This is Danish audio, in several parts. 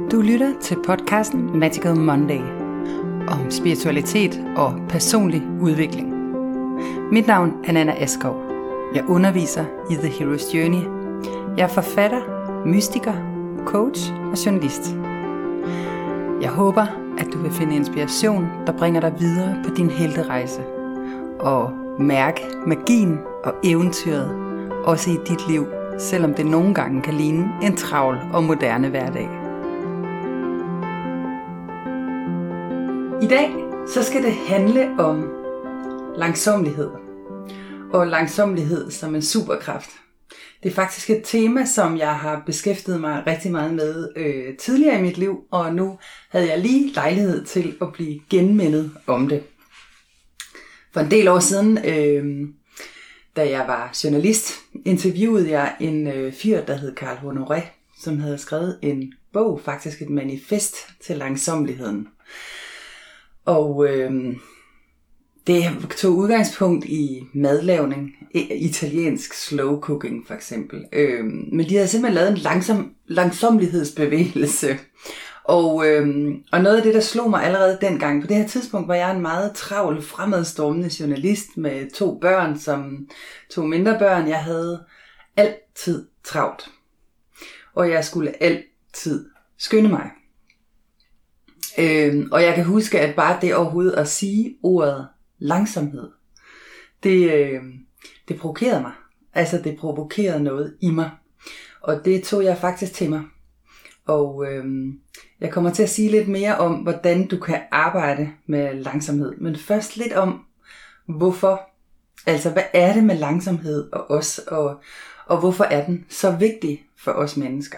Du lytter til podcasten Magical Monday om spiritualitet og personlig udvikling. Mit navn er Nanna Askov. Jeg underviser i The Hero's Journey. Jeg er forfatter, mystiker, coach og journalist. Jeg håber, at du vil finde inspiration, der bringer dig videre på din helterejse og mærke magien og eventyret også i dit liv, selvom det nogle gange kan ligne en travl og moderne hverdag. I dag så skal det handle om langsommelighed. Og langsommelighed som en superkraft. Det er faktisk et tema, som jeg har beskæftiget mig rigtig meget med tidligere i mit liv, og nu havde jeg lige lejlighed til at blive genmindet om det. For en del år siden, da jeg var journalist, interviewede jeg en fyr, der hed Carl Honoré, som havde skrevet en bog, faktisk et manifest til langsommeligheden. Og det tog udgangspunkt i madlavning, italiensk slow cooking for eksempel. Men de havde simpelthen lavet en langsommelighedsbevægelse. Og noget af det, der slog mig allerede dengang, på det her tidspunkt var jeg en meget travl, fremadstormende journalist med 2 børn, som 2 mindre børn. Jeg havde altid travlt. Og jeg skulle altid skynde mig. Og jeg kan huske, at bare det overhovedet at sige ordet langsomhed, det provokerede mig. Altså det provokerede noget i mig. Og det tog jeg faktisk til mig. Og jeg kommer til at sige lidt mere om, hvordan du kan arbejde med langsomhed. Men først lidt om, hvorfor. Altså hvad er det med langsomhed og os, og hvorfor er den så vigtig for os mennesker.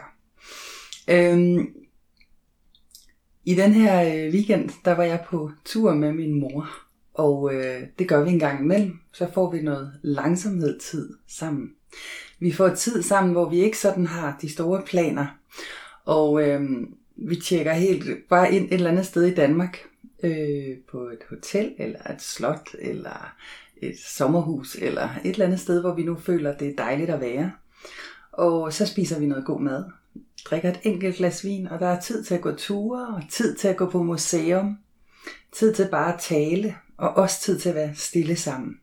I den her weekend, der var jeg på tur med min mor, og det gør vi en gang imellem. Så får vi noget langsomhed-tid sammen. Vi får tid sammen, hvor vi ikke sådan har de store planer, og vi tjekker helt bare ind et eller andet sted i Danmark, på et hotel, eller et slot, eller et sommerhus, eller et eller andet sted, hvor vi nu føler, det er dejligt at være. Og så spiser vi noget god mad. Drikker et enkelt glas vin, og der er tid til at gå ture, og tid til at gå på museum, tid til bare at tale, og også tid til at være stille sammen.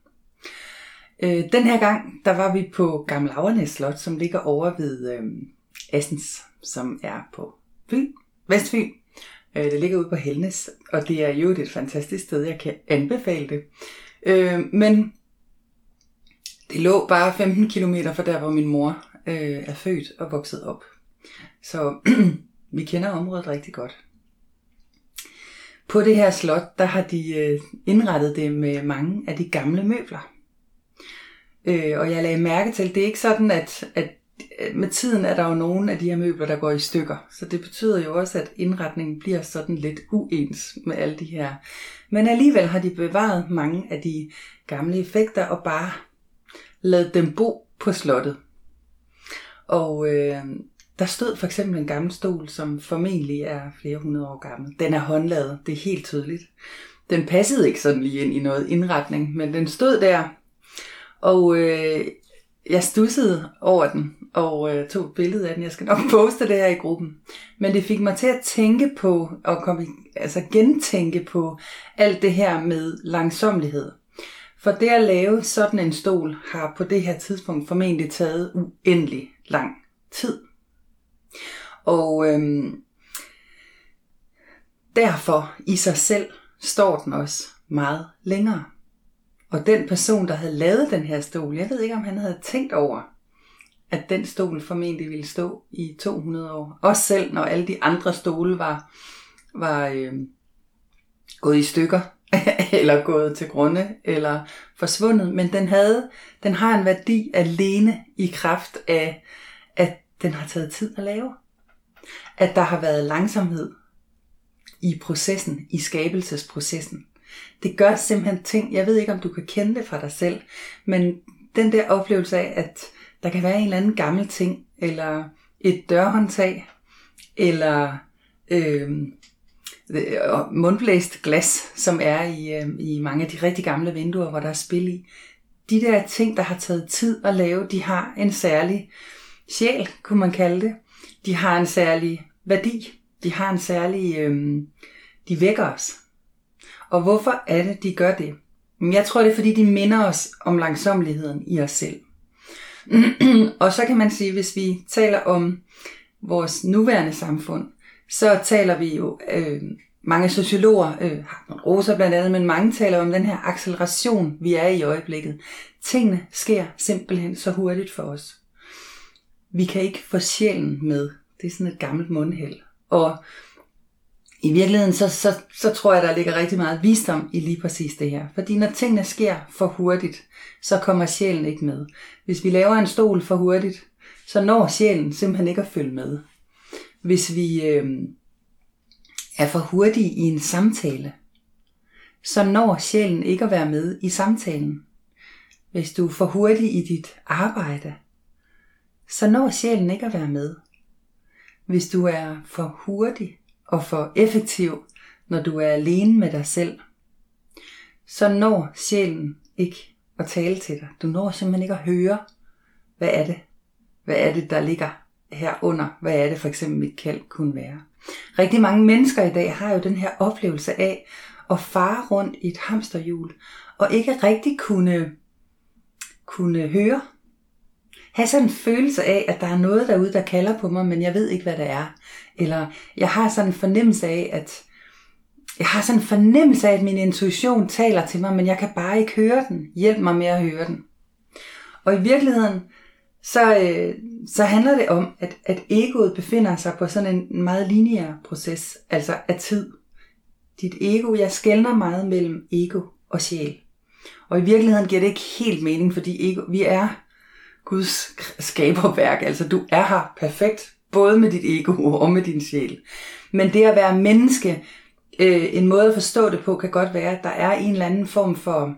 Den her gang, der var vi på Gammel Avernæs Slot, som ligger over ved Assens, som er på Fyn, Vestfyn. Det ligger ude på Helnes, og det er jo et fantastisk sted, jeg kan anbefale det. Men det lå bare 15 kilometer fra der, hvor min mor er født og vokset op. Så vi kender området rigtig godt. På det her slot, der har de indrettet det med mange af de gamle møbler. Og jeg lagde mærke til, at det er ikke sådan, at med tiden er der jo nogle af de her møbler, der går i stykker. Så det betyder jo også, at indretningen bliver sådan lidt uens med alle de her. Men alligevel har de bevaret mange af de gamle effekter og bare ladet dem bo på slottet. Og der stod for eksempel en gammel stol, som formentlig er flere hundrede år gammel. Den er håndlavet, det er helt tydeligt. Den passede ikke sådan lige ind i noget indretning, men den stod der. Og jeg studsede over den og tog et billede af den. Jeg skal nok poste det her i gruppen. Men det fik mig til at tænke på, og gentænke på alt det her med langsommelighed. For det at lave sådan en stol har på det her tidspunkt formentlig taget uendelig lang tid. Og derfor i sig selv står den også meget længere. Og den person, der havde lavet den her stol, jeg ved ikke, om han havde tænkt over, at den stol formentlig ville stå i 200 år. Også selv, når alle de andre stole var gået i stykker, eller gået til grunde, eller forsvundet. Men den har en værdi alene i kraft af, at den har taget tid at lave. At der har været langsomhed i processen, i skabelsesprocessen. Det gør simpelthen ting, jeg ved ikke om du kan kende det fra dig selv, men den der oplevelse af, at der kan være en eller anden gammel ting, eller et dørhåndtag, eller mundblæst glas, som er i mange af de rigtig gamle vinduer, hvor der er spil i. De der ting, der har taget tid at lave, de har en særlig sjæl, kunne man kalde det. De har en særlig værdi. De har en særlig... de vækker os. Og hvorfor er det, de gør det? Jeg tror, det er, fordi de minder os om langsommeligheden i os selv. Og så kan man sige, hvis vi taler om vores nuværende samfund, så taler vi jo, mange sociologer, Rosa blandt andet, men mange taler om den her acceleration, vi er i øjeblikket. Tingene sker simpelthen så hurtigt for os. Vi kan ikke få sjælen med. Det er sådan et gammelt mundheld. Og i virkeligheden, så tror jeg, der ligger rigtig meget visdom i lige præcis det her. Fordi når tingene sker for hurtigt, så kommer sjælen ikke med. Hvis vi laver en stol for hurtigt, så når sjælen simpelthen ikke at følge med. Hvis vi er for hurtige i en samtale, så når sjælen ikke at være med i samtalen. Hvis du er for hurtig i dit arbejde, så når sjælen ikke at være med. Hvis du er for hurtig og for effektiv, når du er alene med dig selv, så når sjælen ikke at tale til dig. Du når simpelthen ikke at høre, hvad er det? Hvad er det, der ligger herunder? Hvad er det for eksempel mit kald kunne være? Rigtig mange mennesker i dag har jo den her oplevelse af at fare rundt i et hamsterhjul, og ikke rigtig kunne høre. Have sådan en følelse af, at der er noget derude, der kalder på mig, men jeg ved ikke, hvad det er. Eller jeg har sådan en fornemmelse af, at min intuition taler til mig, men jeg kan bare ikke høre den. Hjælp mig med at høre den. Og i virkeligheden, så handler det om, at egoet befinder sig på sådan en meget lineær proces, altså af tid. Dit ego, jeg skelner meget mellem ego og sjæl. Og i virkeligheden giver det ikke helt mening, fordi vi er Guds skaberværk, altså du er her perfekt, både med dit ego og med din sjæl. Men det at være menneske, en måde at forstå det på, kan godt være, at der er en eller anden form for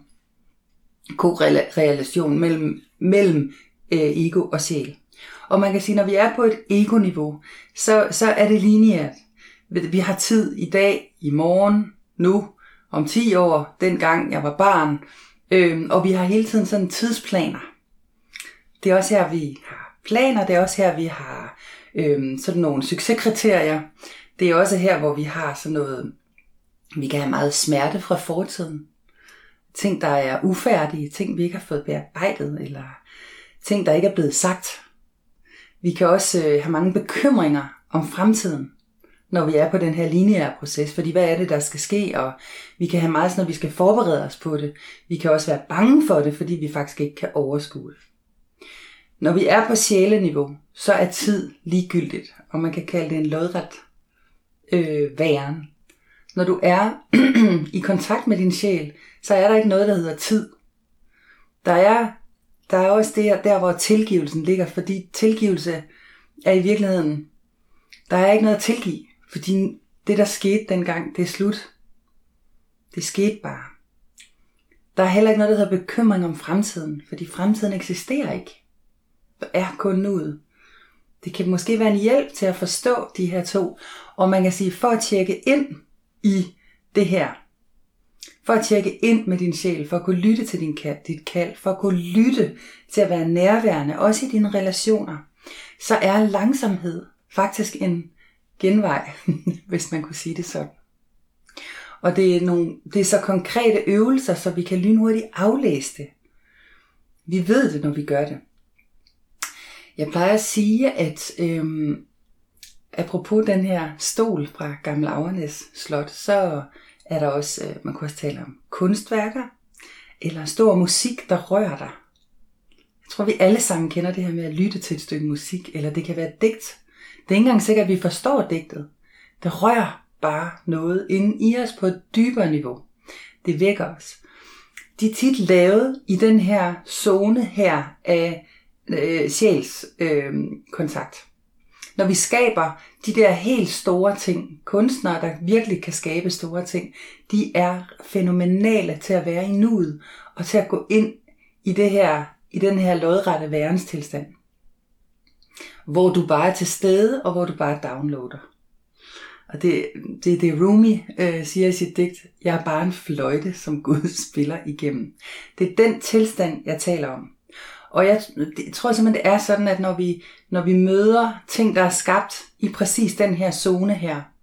korrelation mellem ego og sjæl. Og man kan sige, når vi er på et ego-niveau, så er det lineært. Vi har tid i dag, i morgen, nu, om 10 år, dengang jeg var barn, og vi har hele tiden sådan tidsplaner. Det er også her, vi har planer, det er også her, vi har sådan nogle succeskriterier. Det er også her, hvor vi har sådan noget, vi kan have meget smerte fra fortiden. Ting, der er ufærdige, ting, vi ikke har fået bearbejdet, eller ting, der ikke er blevet sagt. Vi kan også have mange bekymringer om fremtiden, når vi er på den her lineære proces, fordi hvad er det, der skal ske, og vi kan have meget, når vi skal forberede os på det. Vi kan også være bange for det, fordi vi faktisk ikke kan overskue det. Når vi er på sjæleniveau, så er tid ligegyldigt, og man kan kalde det en lodret væren. Når du er i kontakt med din sjæl, så er der ikke noget, der hedder tid. Der er også det der, hvor tilgivelsen ligger, fordi tilgivelse er i virkeligheden, der er ikke noget at tilgive, fordi det, der skete dengang, det er slut. Det skete bare. Der er heller ikke noget, der hedder bekymring om fremtiden, fordi fremtiden eksisterer ikke. Der er kun nuet. Det kan måske være en hjælp til at forstå de her to, og man kan sige, for at tjekke ind i det her, for at tjekke ind med din sjæl, for at kunne lytte til dit kald, for at kunne lytte til at være nærværende, også i dine relationer, så er langsomhed faktisk en genvej, hvis man kunne sige det sådan. Og det er så konkrete øvelser, så vi kan lynhurtigt aflæse det. Vi ved det, når vi gør det. Jeg plejer at sige, at apropos den her stol fra Gammel Avernes Slot, så er der også, man kan også tale om kunstværker, eller stor musik, der rører dig. Jeg tror, vi alle sammen kender det her med at lytte til et stykke musik, eller det kan være et digt. Det er ikke engang sikkert, at vi forstår digtet. Det rører bare noget inde i os på et dybere niveau. Det vækker os. De er tit lavet i den her zone her af sjæls kontakt. Når vi skaber de der helt store ting, kunstnere, der virkelig kan skabe store ting, de er fænomenale til at være i nuet, og til at gå ind i den her lodrette værenstilstand, hvor du bare er til stede, og hvor du bare downloader. Og det Rumi siger i sit digt, jeg er bare en fløjte, som Gud spiller igennem. Det er den tilstand, jeg taler om. Og jeg tror simpelthen, det er sådan, at når vi møder ting, der er skabt i præcis den her zone her,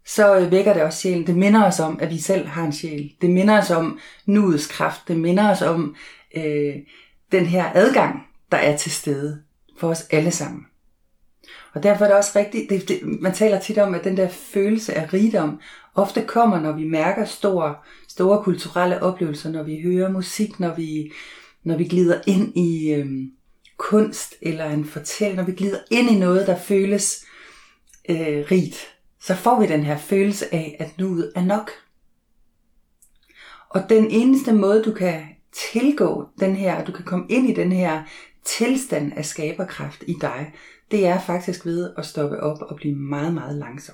så vækker det også sjælen. Det minder os om, at vi selv har en sjæl. Det minder os om nuets kraft. Det minder os om den her adgang, der er til stede for os alle sammen. Og derfor er det også rigtigt, man taler tit om, at den der følelse af rigdom ofte kommer, når vi mærker store kulturelle oplevelser, når vi hører musik, når vi glider ind i kunst eller en fortælling, når vi glider ind i noget, der føles rigt, så får vi den her følelse af, at nuet er nok. Og den eneste måde, du kan tilgå den her, du kan komme ind i den her tilstand af skaberkraft i dig, det er faktisk ved at stoppe op og blive meget, meget langsom.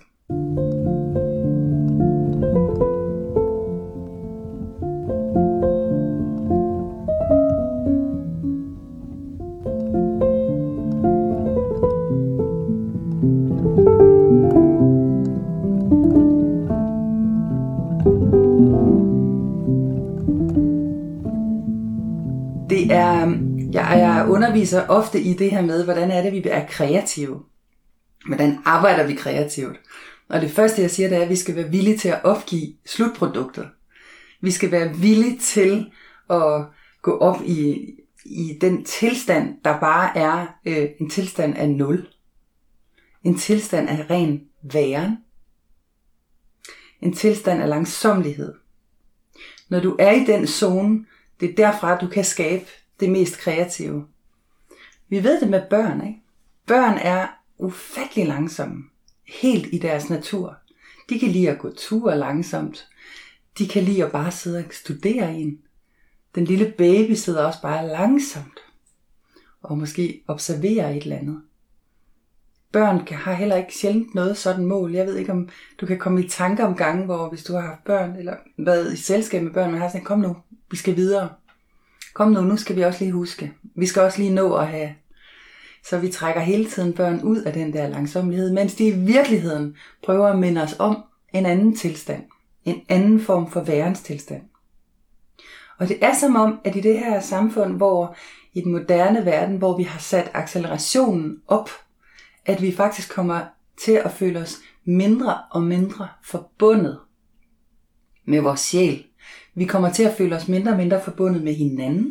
Jeg underviser ofte i det her med, hvordan er det, vi er kreative. Hvordan arbejder vi kreativt? Og det første, jeg siger, det er, at vi skal være villige til at opgive slutproduktet. Vi skal være villige til at gå op i den tilstand, der bare er en tilstand af nul. En tilstand af ren væren. En tilstand af langsommelighed. Når du er i den zone, det er derfra, du kan skabe det mest kreative. Vi ved det med børn, ikke? Børn er ufattelig langsomme. Helt i deres natur. De kan lide at gå tur langsomt. De kan lide at bare sidde og studere en. Den lille baby sidder også bare langsomt. Og måske observerer et eller andet. Børn har heller ikke sjældent noget sådan mål. Jeg ved ikke, om du kan komme i tanker om gange, hvor hvis du har haft børn, eller været i selskab med børn, man har sådan, kom nu, vi skal videre. Kom nu skal vi også lige huske. Vi skal også lige nå at have. Så vi trækker hele tiden børn ud af den der langsommelighed, mens de i virkeligheden prøver at minde os om en anden tilstand. En anden form for værenstilstand. Og det er som om, at i det her samfund, hvor i den moderne verden, hvor vi har sat accelerationen op, at vi faktisk kommer til at føle os mindre og mindre forbundet med vores sjæl. Vi kommer til at føle os mindre og mindre forbundet med hinanden.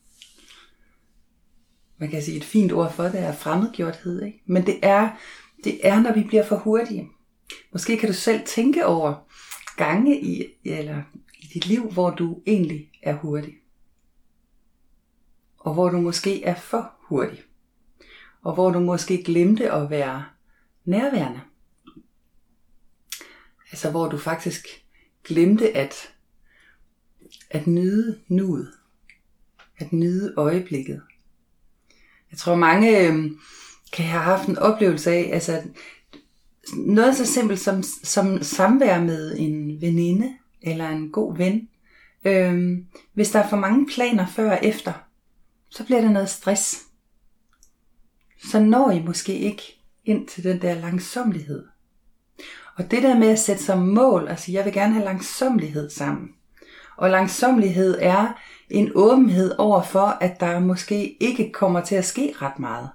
Man kan sige et fint ord for det er fremmedgjorthed, ikke? Men det er, når vi bliver for hurtige. Måske kan du selv tænke over gange i dit liv, hvor du egentlig er hurtig. Og hvor du måske er for hurtig. Og hvor du måske glemte at være nærværende. Altså hvor du faktisk glemte at nyde nuet. At nyde øjeblikket. Jeg tror mange kan have haft en oplevelse af, altså noget så simpelt som samvær med en veninde eller en god ven. Hvis der er for mange planer før og efter, så bliver der noget stress. Så når I måske ikke ind til den der langsommelighed. Og det der med at sætte som mål, altså jeg vil gerne have langsommelighed sammen. Og langsommelighed er en åbenhed over for, at der måske ikke kommer til at ske ret meget.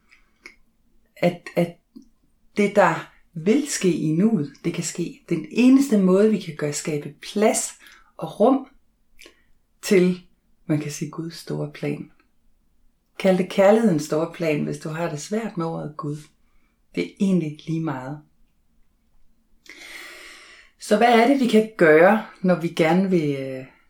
At det, der vil ske i nuet, det kan ske. Den eneste måde, vi kan skabe plads og rum til, man kan sige, Guds store plan. Kald det kærlighedens store plan, hvis du har det svært med ordet Gud. Det er egentlig lige meget. Så hvad er det, vi kan gøre, når vi gerne vil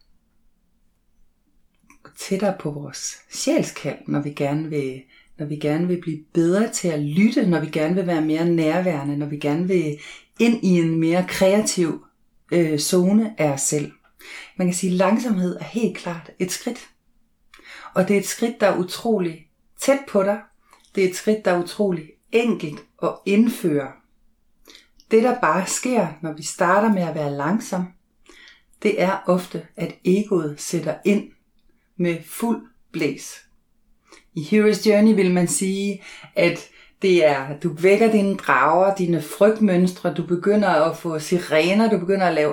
tættere på vores sjælskald, når vi gerne vil blive bedre til at lytte, når vi gerne vil være mere nærværende, når vi gerne vil ind i en mere kreativ zone af os selv. Man kan sige, at langsomhed er helt klart et skridt. Og det er et skridt, der er utrolig tæt på dig. Det er et skridt, der er utrolig enkelt at indføre. Det, der bare sker, når vi starter med at være langsom, det er ofte, at egoet sætter ind med fuld blæs. I Hero's Journey vil man sige, at det er, du vækker dine drager, dine frygtmønstre, du begynder at få sirener, du begynder at lave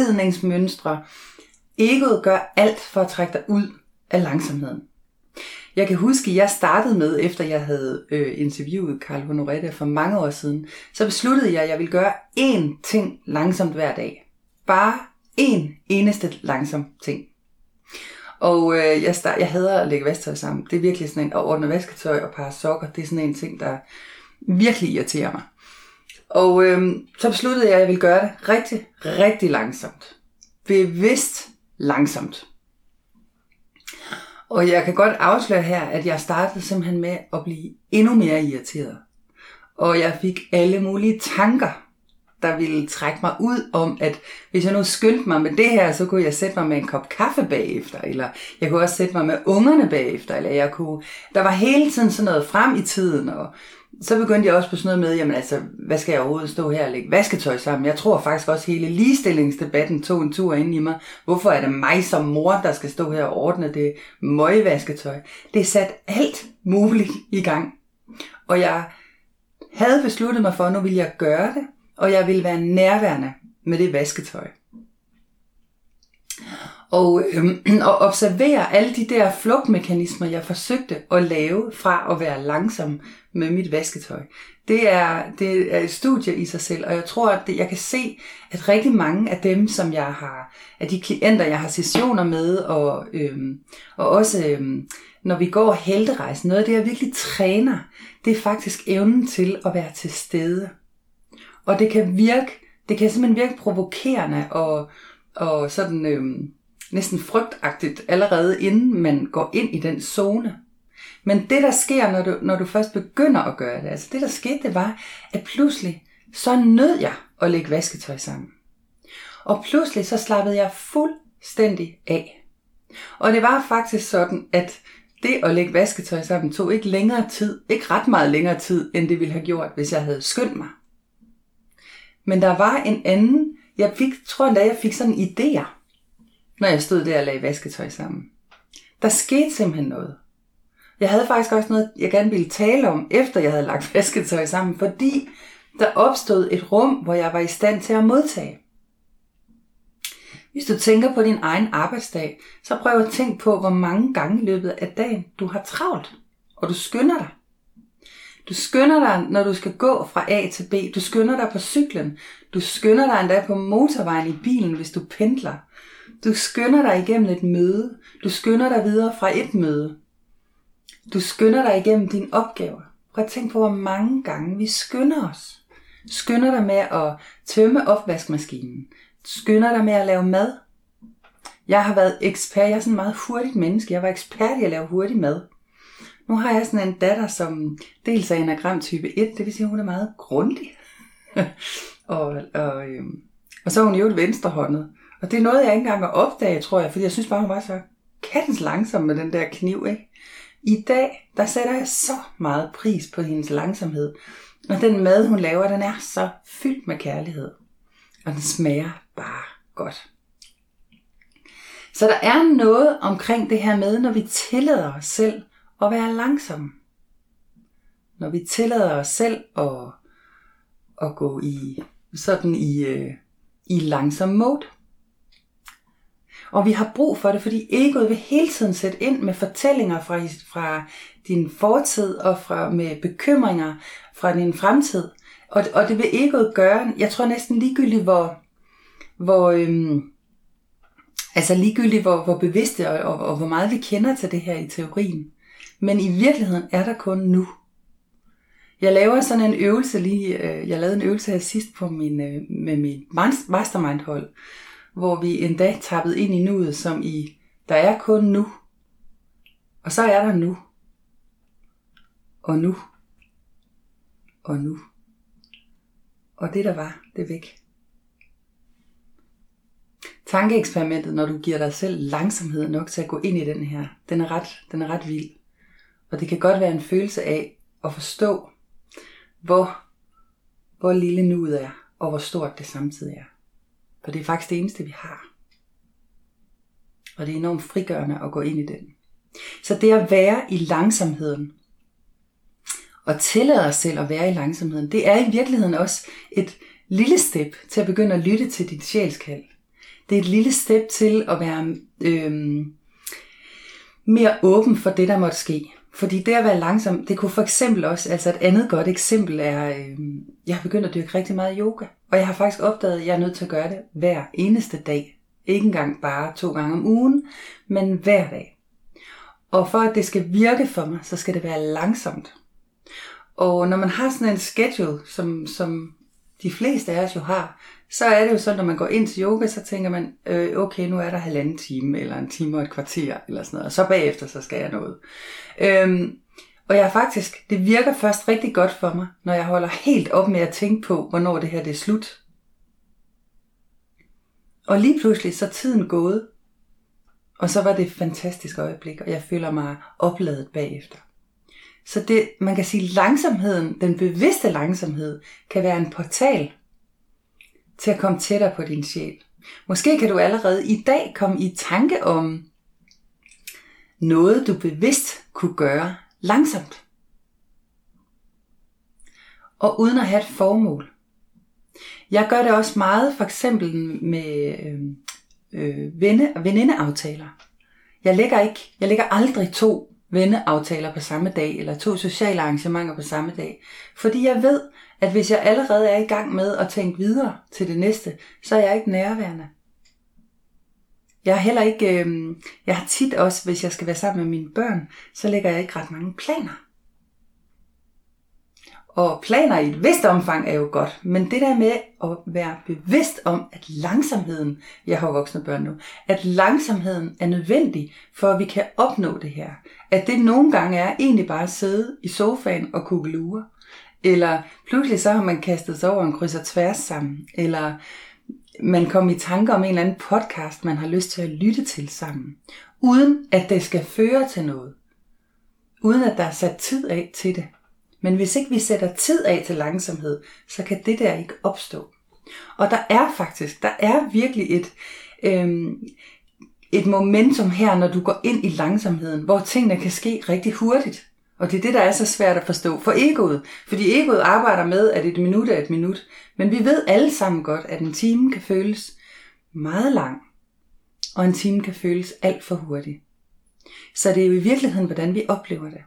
afledningsmønstre. Egoet gør alt for at trække dig ud af langsomheden. Jeg kan huske, at jeg startede med, efter jeg havde interviewet Carl Honoré for mange år siden, så besluttede jeg, at jeg ville gøre én ting langsomt hver dag. Bare én eneste langsom ting. Og jeg hader at lægge vasketøj sammen. Det er virkelig sådan en, at ordne vasketøj og parre sokker, det er sådan en ting, der virkelig irriterer mig. Og så besluttede jeg, at jeg ville gøre det rigtig, rigtig langsomt. Bevidst langsomt. Og jeg kan godt afsløre her, at jeg startede simpelthen med at blive endnu mere irriteret. Og jeg fik alle mulige tanker, der ville trække mig ud om, at hvis jeg nu skyndte mig med det her, så kunne jeg sætte mig med en kop kaffe bagefter, eller jeg kunne også sætte mig med ungerne bagefter, eller der var hele tiden sådan noget frem i tiden, og så begyndte jeg også på sådan noget med, jamen altså, hvad skal jeg overhovedet stå her og lægge vasketøj sammen? Jeg tror faktisk også, hele ligestillingsdebatten tog en tur ind i mig. Hvorfor er det mig som mor, der skal stå her og ordne det møgvasketøj? Det satte alt muligt i gang. Og jeg havde besluttet mig for, at nu ville jeg gøre det, og jeg ville være nærværende med det vasketøj. Og observere alle de der flugtmekanismer, jeg forsøgte at lave fra at være langsom med mit vasketøj. Det er et studie i sig selv, og jeg tror, at jeg kan se, at rigtig mange af dem, som jeg har, af de klienter, jeg har sessioner med, og også når vi går helterejsen, noget af det, jeg virkelig træner, det er faktisk evnen til at være til stede. Og det kan simpelthen virke provokerende og sådan næsten frygtagtigt allerede inden man går ind i den zone. Men det der sker, når du først begynder at gøre det, altså det der skete, det var, at pludselig så nød jeg at lægge vasketøj sammen. Og pludselig så slappede jeg fuldstændig af. Og det var faktisk sådan, at det at lægge vasketøj sammen tog ikke ret meget længere tid, end det ville have gjort, hvis jeg havde skyndt mig. Men der var en anden, jeg fik sådan idéer, når jeg stod der og lagde vasketøj sammen. Der skete simpelthen noget. Jeg havde faktisk også noget, jeg gerne ville tale om, efter jeg havde lagt vasketøj sammen, fordi der opstod et rum, hvor jeg var i stand til at modtage. Hvis du tænker på din egen arbejdsdag, så prøv at tænke på, hvor mange gange i løbet af dagen du har travlt, og du skynder dig. Du skynder dig, når du skal gå fra A til B. Du skynder dig på cyklen. Du skynder dig endda på motorvejen i bilen, hvis du pendler. Du skynder dig igennem et møde. Du skynder dig videre fra et møde. Du skynder dig igennem dine opgaver. Prøv at tænke på, hvor mange gange vi skynder os. Skynder dig med at tømme opvaskemaskinen. Skynder dig med at lave mad. Jeg har været ekspert. Jeg er sådan en meget hurtigt menneske. Jeg var ekspert i at lave hurtig mad. Nu har jeg sådan en datter, som dels er enagram type 1, det vil sige, at hun er meget grundig. og så er hun jo et venstrehåndet. Og det er noget, jeg ikke engang har opdaget, tror jeg, fordi jeg synes bare, hun var så kattens langsom med den der kniv, ikke? I dag, der sætter jeg så meget pris på hendes langsomhed. Og den mad, hun laver, den er så fyldt med kærlighed. Og den smager bare godt. Så der er noget omkring det her med, når vi tillader os selv at være langsomme. Når vi tillader os selv at gå i langsom mode. Og vi har brug for det, fordi egoet vil hele tiden sætte ind med fortællinger fra din fortid og med bekymringer fra din fremtid. Og det vil egoet gøre, jeg tror næsten ligegyldigt hvor bevidste og hvor meget vi kender til det her i teorien. Men i virkeligheden er der kun nu. Jeg laver sådan en øvelse jeg lavede en øvelse her sidst med mit mastermind-hold, hvor vi endda tappede ind i nuet, som i, der er kun nu. Og så er der nu. Og nu. Og nu. Og det der var, det er væk. Tankeeksperimentet, når du giver dig selv langsomhed nok til at gå ind i den her, den er ret vild. Og det kan godt være en følelse af at forstå, hvor lille nuet er, og hvor stort det samtidig er. For det er faktisk det eneste, vi har. Og det er enormt frigørende at gå ind i den. Så det at være i langsomheden, og tillade os selv at være i langsomheden, det er i virkeligheden også et lille step til at begynde at lytte til dit sjælskald. Det er et lille step til at være mere åben for det, der måtte ske. Fordi det at være langsom, det kunne for eksempel også, altså et andet godt eksempel er, jeg har begyndt at dyrke rigtig meget yoga. Og jeg har faktisk opdaget, at jeg er nødt til at gøre det hver eneste dag. Ikke engang bare 2 gange om ugen, men hver dag. Og for at det skal virke for mig, så skal det være langsomt. Og når man har sådan en schedule, som de fleste af os jo har, så er det jo sådan, når man går ind til yoga, så tænker man, okay, nu er der 1,5 time, eller 1 time og et kvarter, eller sådan noget. Og så bagefter, så skal jeg noget. Og jeg faktisk, det virker først rigtig godt for mig, når jeg holder helt op med at tænke på, hvornår det her det er slut. Og lige pludselig, så er tiden gået. Og så var det et fantastisk øjeblik, og jeg føler mig opladet bagefter. Så det, man kan sige, langsomheden, den bevidste langsomhed, kan være en portal til at komme tættere på din sjæl. Måske kan du allerede i dag komme i tanke om noget, du bevidst kunne gøre langsomt. Og uden at have et formål. Jeg gør det også meget, for eksempel med venindeaftaler. Jeg lægger aldrig 2 venneaftaler på samme dag, eller 2 sociale arrangementer på samme dag. Fordi jeg ved, at hvis jeg allerede er i gang med at tænke videre til det næste, så er jeg ikke nærværende. Jeg har tit også, hvis jeg skal være sammen med mine børn, så lægger jeg ikke ret mange planer. Og planer i et vist omfang er jo godt, men det der med at være bevidst om, at langsomheden, jeg har voksne børn nu, at langsomheden er nødvendig, for at vi kan opnå det her. At det nogle gange er egentlig bare at sidde i sofaen og kukkelure. Eller pludselig så har man kastet sig over en kryds og tværs sammen. Eller man kommer i tanker om en eller anden podcast, man har lyst til at lytte til sammen. Uden at det skal føre til noget. Uden at der er sat tid af til det. Men hvis ikke vi sætter tid af til langsomhed, så kan det der ikke opstå. Og der er virkelig et momentum her, når du går ind i langsomheden, hvor tingene kan ske rigtig hurtigt. Og det er det, der er så svært at forstå for egoet. Fordi egoet arbejder med, at 1 minut er 1 minut. Men vi ved alle sammen godt, at en time kan føles meget lang, og en time kan føles alt for hurtigt. Så det er jo i virkeligheden, hvordan vi oplever det.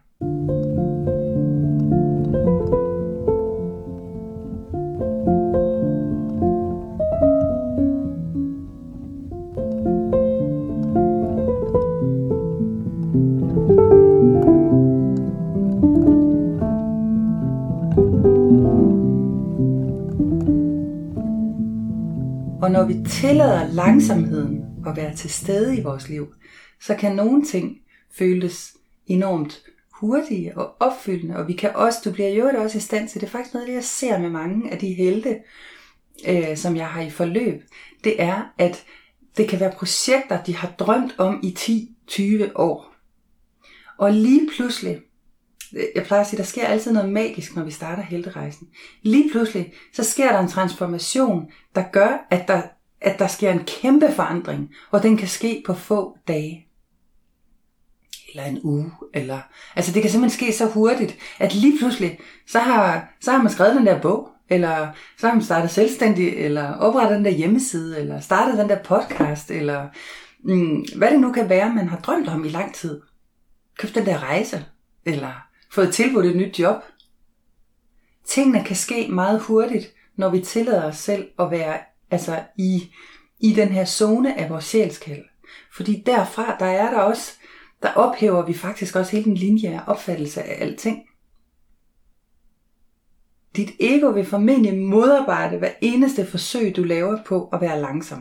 Og når vi tillader langsomheden at være til stede i vores liv, så kan nogle ting føles enormt hurtige og opfyldende. Og vi kan også, du bliver jo også i stand til, det er faktisk noget af det, jeg ser med mange af de helte, som jeg har i forløb, det er, at det kan være projekter, de har drømt om i 10-20 år. Og lige pludselig, jeg plejer at sige, der sker altid noget magisk, når vi starter helterejsen. Lige pludselig, så sker der en transformation, der gør, at der sker en kæmpe forandring, og den kan ske på få dage. Eller en uge, altså det kan simpelthen ske så hurtigt, at lige pludselig, så har man skrevet den der bog, eller så har man startet selvstændig, eller oprettet den der hjemmeside, eller startet den der podcast, eller hvad det nu kan være, man har drømt om i lang tid. Købt den der rejse, eller fået tilbudt et nyt job. Tingene kan ske meget hurtigt, når vi tillader os selv at være i den her zone af vores sjælskald. Fordi derfra, der ophæver vi faktisk også hele den lineære opfattelse af alting. Dit ego vil formentlig modarbejde hver eneste forsøg, du laver på at være langsom.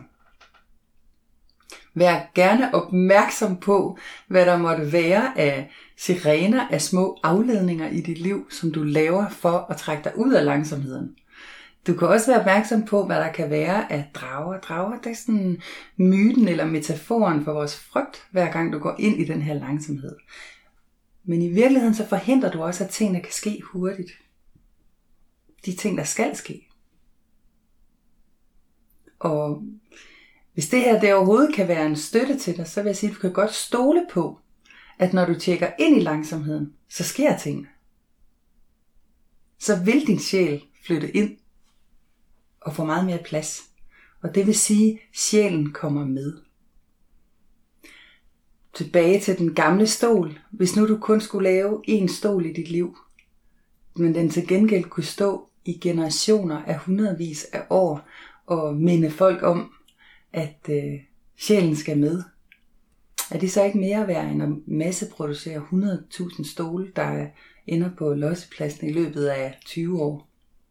Vær gerne opmærksom på, hvad der måtte være af sirener, af små afledninger i dit liv, som du laver for at trække dig ud af langsomheden. Du kan også være opmærksom på, hvad der kan være af drager. Drager, det er sådan myten eller metaforen for vores frygt, hver gang du går ind i den her langsomhed. Men i virkeligheden så forhindrer du også, at tingene kan ske hurtigt. De ting, der skal ske. Og hvis det her det overhovedet kan være en støtte til dig, så vil jeg sige, at du kan godt stole på, at når du tjekker ind i langsomheden, så sker tingene. Så vil din sjæl flytte ind og få meget mere plads. Og det vil sige, at sjælen kommer med. tilbage til den gamle stol, hvis nu du kun skulle lave én stol i dit liv, men den til gengæld kunne stå i generationer af hundredvis af år og minde folk om, at sjælen skal med. Er det så ikke mere værd end at masseproducere 100.000 stole, der ender på lossepladsen i løbet af 20 år?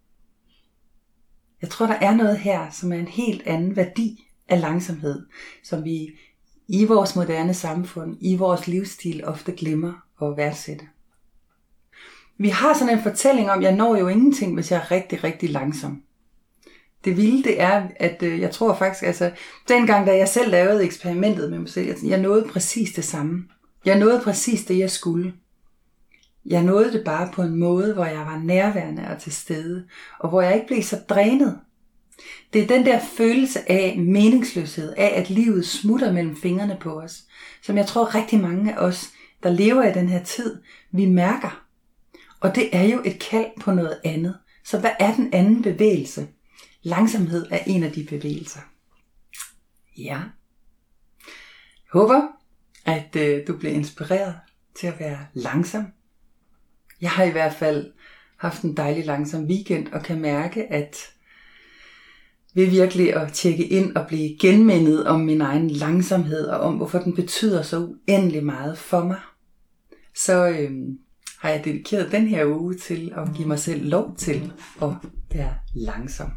Jeg tror, der er noget her, som er en helt anden værdi af langsomhed, som vi i vores moderne samfund, i vores livsstil ofte glemmer at værdsætte. Vi har sådan en fortælling om, at jeg når jo ingenting, hvis jeg er rigtig, rigtig langsom. Det vilde det er, at jeg tror faktisk, dengang da jeg selv lavede eksperimentet med mig selv, jeg nåede præcis det samme. Jeg nåede præcis det, jeg skulle. Jeg nåede det bare på en måde, hvor jeg var nærværende og til stede, og hvor jeg ikke blev så drænet. Det er den der følelse af meningsløshed, af at livet smutter mellem fingrene på os, som jeg tror rigtig mange af os, der lever i den her tid, vi mærker. Og det er jo et kald på noget andet. Så hvad er den anden bevægelse? Langsomhed er en af de bevægelser. Ja. Jeg håber, at du bliver inspireret til at være langsom. Jeg har i hvert fald haft en dejlig langsom weekend og kan mærke, at ved virkelig at tjekke ind og blive genmindet om min egen langsomhed og om hvorfor den betyder så uendelig meget for mig, så har jeg dedikeret den her uge til at give mig selv lov til at være langsom.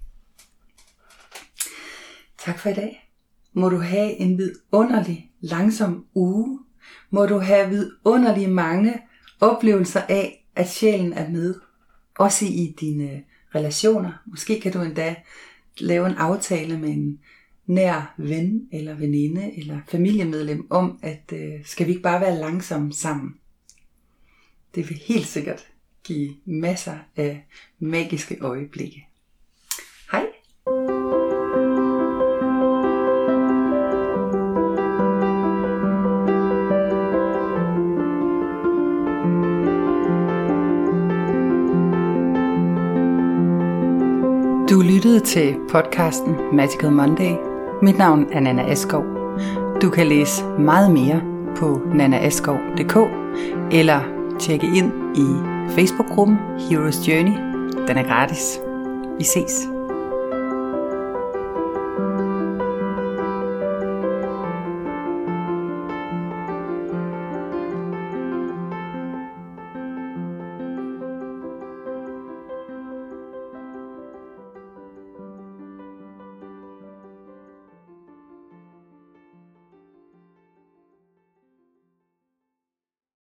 Tak for i dag. Må du have en vidunderlig langsom uge. Må du have vidunderlige mange oplevelser af, at sjælen er med. Også i dine relationer. Måske kan du endda lave en aftale med en nær ven eller veninde eller familiemedlem om, at skal vi ikke bare være langsomme sammen. Det vil helt sikkert give masser af magiske øjeblikke. Hej! Du lyttede til podcasten Magical Monday. Mit navn er Nanna Askov. Du kan læse meget mere på nannaaskov.dk eller tjekke ind i Facebook-gruppen Heroes Journey. Den er gratis. Vi ses.